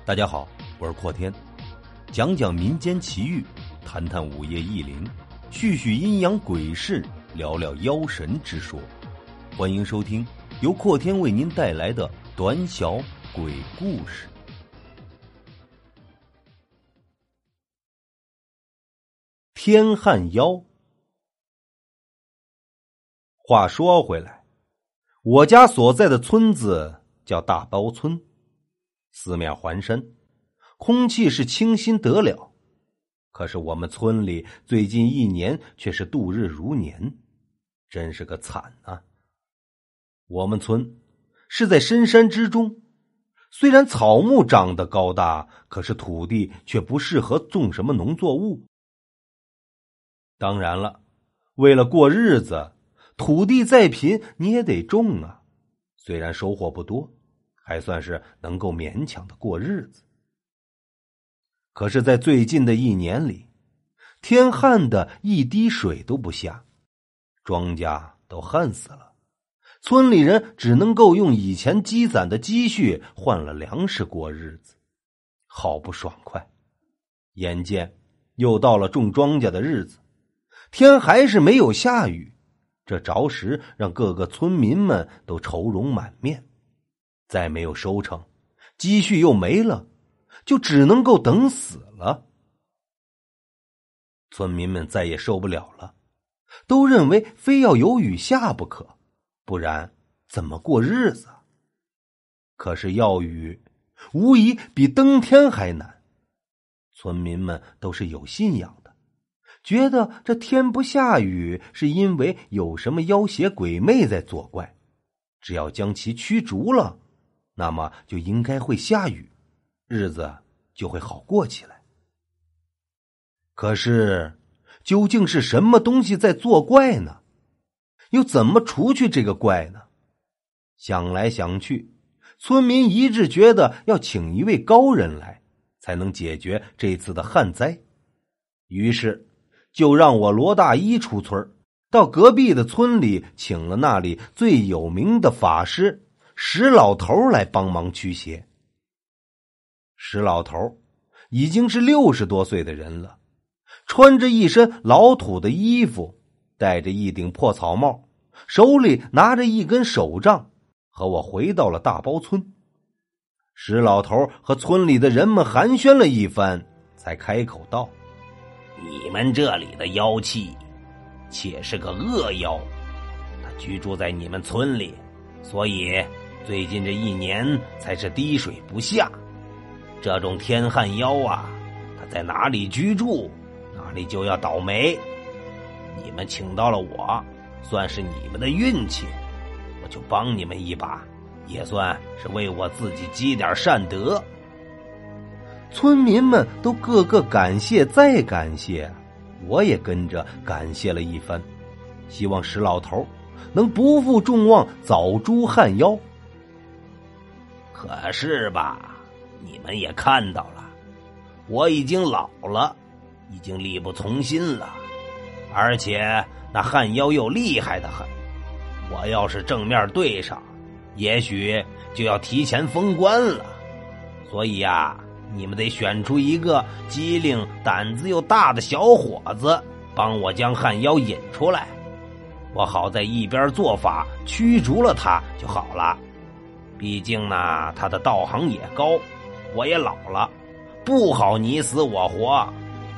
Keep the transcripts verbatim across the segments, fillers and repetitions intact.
大家好，我是阔天，讲讲民间奇遇，谈谈午夜异灵，叙叙阴阳鬼事，聊聊妖神之说。欢迎收听由阔天为您带来的短小鬼故事。天旱妖。话说回来，我家所在的村子叫大包村，四面环山，空气是清新得了。可是我们村里最近一年却是度日如年，真是个惨啊！我们村是在深山之中，虽然草木长得高大，可是土地却不适合种什么农作物。当然了，为了过日子，土地再贫你也得种啊。虽然收获不多，还算是能够勉强的过日子。可是在最近的一年里，天旱的一滴水都不下，庄稼都旱死了，村里人只能够用以前积攒的积蓄换了粮食过日子，好不爽快。眼见又到了种庄稼的日子，天还是没有下雨，这着实让各个村民们都愁容满面。再没有收成，积蓄又没了，就只能够等死了。村民们再也受不了了，都认为非要有雨下不可，不然怎么过日子？可是要雨无疑比登天还难。村民们都是有信仰的，觉得这天不下雨是因为有什么妖邪鬼魅在作怪，只要将其驱逐了，那么就应该会下雨，日子就会好过起来。可是究竟是什么东西在作怪呢？又怎么除去这个怪呢？想来想去，村民一致觉得要请一位高人来，才能解决这次的旱灾。于是就让我罗大一出村，到隔壁的村里请了那里最有名的法师石老头来帮忙驱邪。石老头已经是六十多岁的人了，穿着一身老土的衣服，戴着一顶破草帽，手里拿着一根手杖，和我回到了大包村。石老头和村里的人们寒暄了一番，才开口道： 你们这里的妖气且是个恶妖，他居住在你们村里，所以最近这一年才是滴水不下。这种天旱妖啊，他在哪里居住，哪里就要倒霉。你们请到了我，算是你们的运气，我就帮你们一把，也算是为我自己积点善德。 村民们都个个感谢再感谢，我也跟着感谢了一番，希望石老头能不负众望，早诛旱妖。 可是吧，你们也看到了，我已经老了，已经力不从心了，而且那旱妖又厉害得很，我要是正面对上，也许就要提前封关了。所以呀，你们得选出一个机灵胆子又大的小伙子，帮我将旱妖引出来，我好在一边做法驱逐了他就好了。毕竟呢，他的道行也高，我也老了，不好你死我活。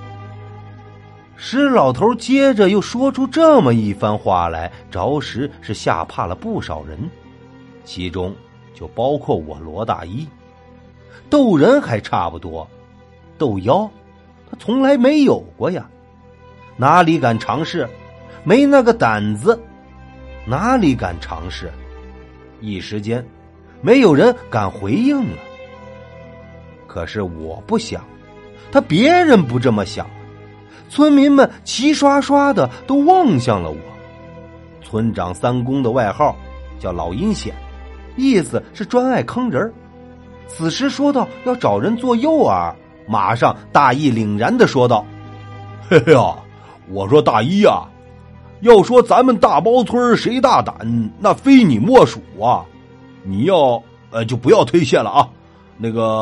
石老头接着又说出这么一番话来，着实是吓怕了不少人，其中就包括我罗大一。斗人还差不多，斗妖他从来没有过呀，哪里敢尝试？没那个胆子，哪里敢尝试？一时间没有人敢回应了。可是我不想，他别人不这么想，村民们齐刷刷的都望向了我。村长三公的外号叫老阴险，意思是专爱坑人。此时说到要找人做诱饵，马上大义凛然的说道：嘿呀，我说大一呀，要说咱们大包村谁大胆，那非你莫属啊！你要呃就不要推卸了啊。那个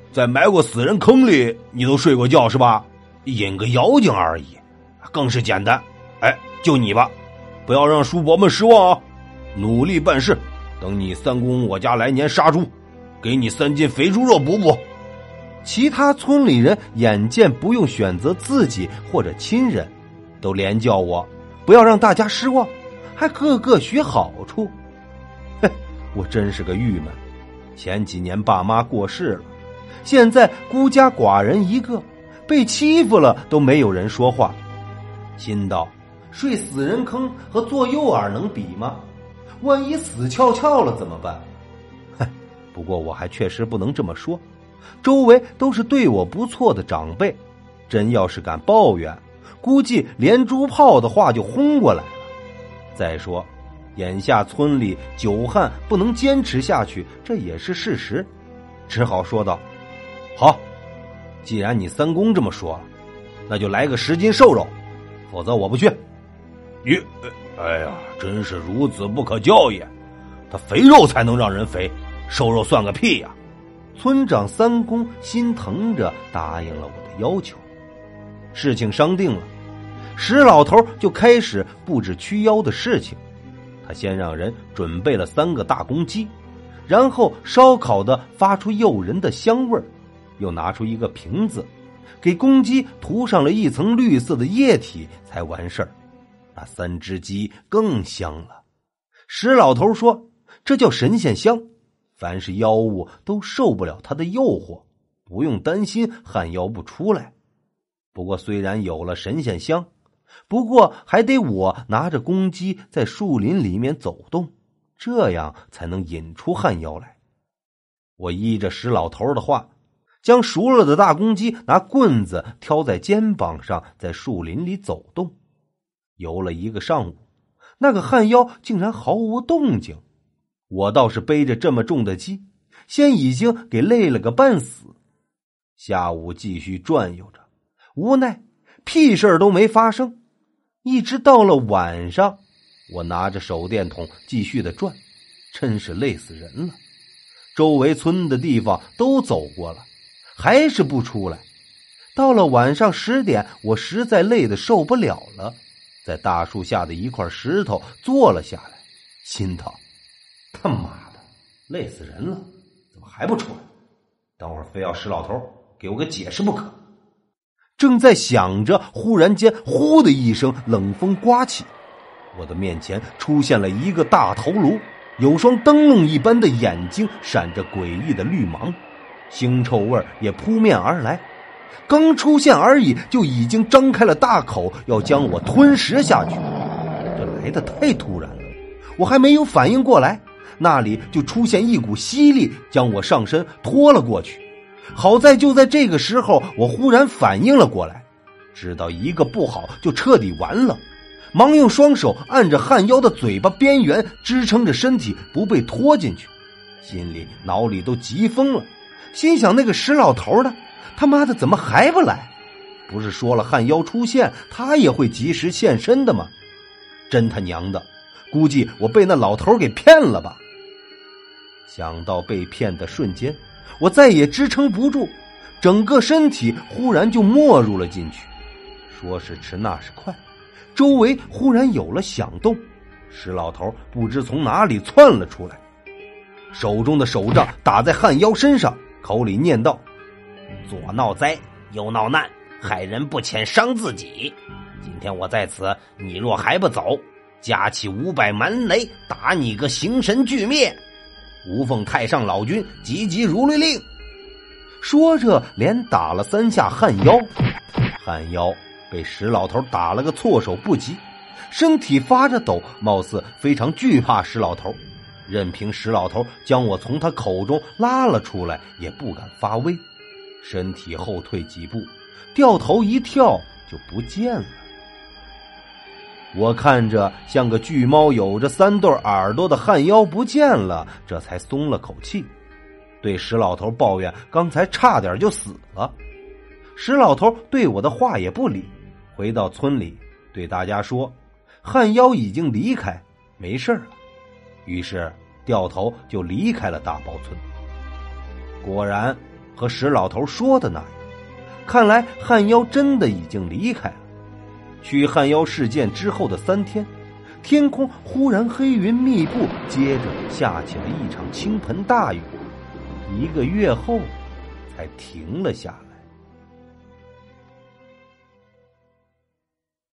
在埋过死人坑里你都睡过觉是吧？引个妖精而已，更是简单。哎，就你吧，不要让叔伯们失望啊！努力办事，等你三公我家来年杀猪，给你三斤肥猪肉补补。 其他村里人眼见不用选择自己或者亲人，都连叫我不要让大家失望，还个个许好处。嘿，我真是个郁闷。前几年爸妈过世了，现在孤家寡人一个，被欺负了都没有人说话。心道睡死人坑和做诱饵能比吗？万一死翘翘了怎么办？嗨，不过我还确实不能这么说，周围都是对我不错的长辈，真要是敢抱怨，估计连珠炮的话就轰过来了。再说眼下村里久旱不能坚持下去，这也是事实，只好说道：好，既然你三公这么说了，那就来个十斤瘦肉，否则我不去。 你，哎呀，真是孺子不可教也，他肥肉才能让人肥，瘦肉算个屁呀！ 村长三公心疼着答应了我的要求。事情商定了，石老头就开始布置驱妖的事情。他先让人准备了三个大公鸡，然后烧烤的发出诱人的香味儿，又拿出一个瓶子，给公鸡涂上了一层绿色的液体，才完事儿。那三只鸡更香了。石老头说，这叫神仙香，凡是妖物都受不了它的诱惑，不用担心旱妖不出来。不过虽然有了神仙香，不过还得我拿着公鸡在树林里面走动，这样才能引出旱妖来。我依着石老头的话，将熟了的大公鸡拿棍子挑在肩膀上，在树林里走动。游了一个上午，那个旱妖竟然毫无动静。我倒是背着这么重的鸡，先已经给累了个半死。下午继续转悠着，无奈屁事儿都没发生。一直到了晚上，我拿着手电筒继续的转，真是累死人了。周围村的地方都走过了，还是不出来。到了晚上十点，我实在累得受不了了，在大树下的一块石头坐了下来，心道：他妈的，累死人了，怎么还不出来？等会儿非要石老头给我个解释不可。正在想着，忽然间呼的一声，冷风刮起，我的面前出现了一个大头颅，有双灯笼一般的眼睛，闪着诡异的绿芒，腥臭味也扑面而来。刚出现而已，就已经张开了大口，要将我吞食下去。这来得太突然了，我还没有反应过来，那里就出现一股吸力，将我上身拖了过去。好在就在这个时候，我忽然反应了过来，知道一个不好就彻底完了，忙用双手按着旱妖的嘴巴边缘，支撑着身体不被拖进去。心里脑里都急疯了，心想那个石老头呢，他妈的怎么还不来？不是说了旱妖出现他也会及时现身的吗？真他娘的，估计我被那老头给骗了吧。想到被骗的瞬间，我再也支撑不住，整个身体忽然就没入了进去。说是迟那是快，周围忽然有了响动，石老头不知从哪里窜了出来，手中的手杖打在旱妖身上，口里念道： 左闹灾，右闹难，害人不浅伤自己。今天我在此，你若还不走，架起五百蛮雷，打你个形神俱灭。无奉太上老君急急如律令。 说着连打了三下旱妖，旱妖被石老头打了个措手不及，身体发着抖，貌似非常惧怕石老头，任凭石老头将我从他口中拉了出来，也不敢发威，身体后退几步，掉头一跳就不见了。我看着像个巨猫有着三对耳朵的旱妖不见了，这才松了口气，对石老头抱怨刚才差点就死了。石老头对我的话也不理，回到村里对大家说旱妖已经离开，没事了。于是掉头就离开了大包村。果然和石老头说的那样，看来旱妖真的已经离开了。去旱妖事件之后的三天，天空忽然黑云密布，接着下起了一场倾盆大雨，一个月后才停了下来。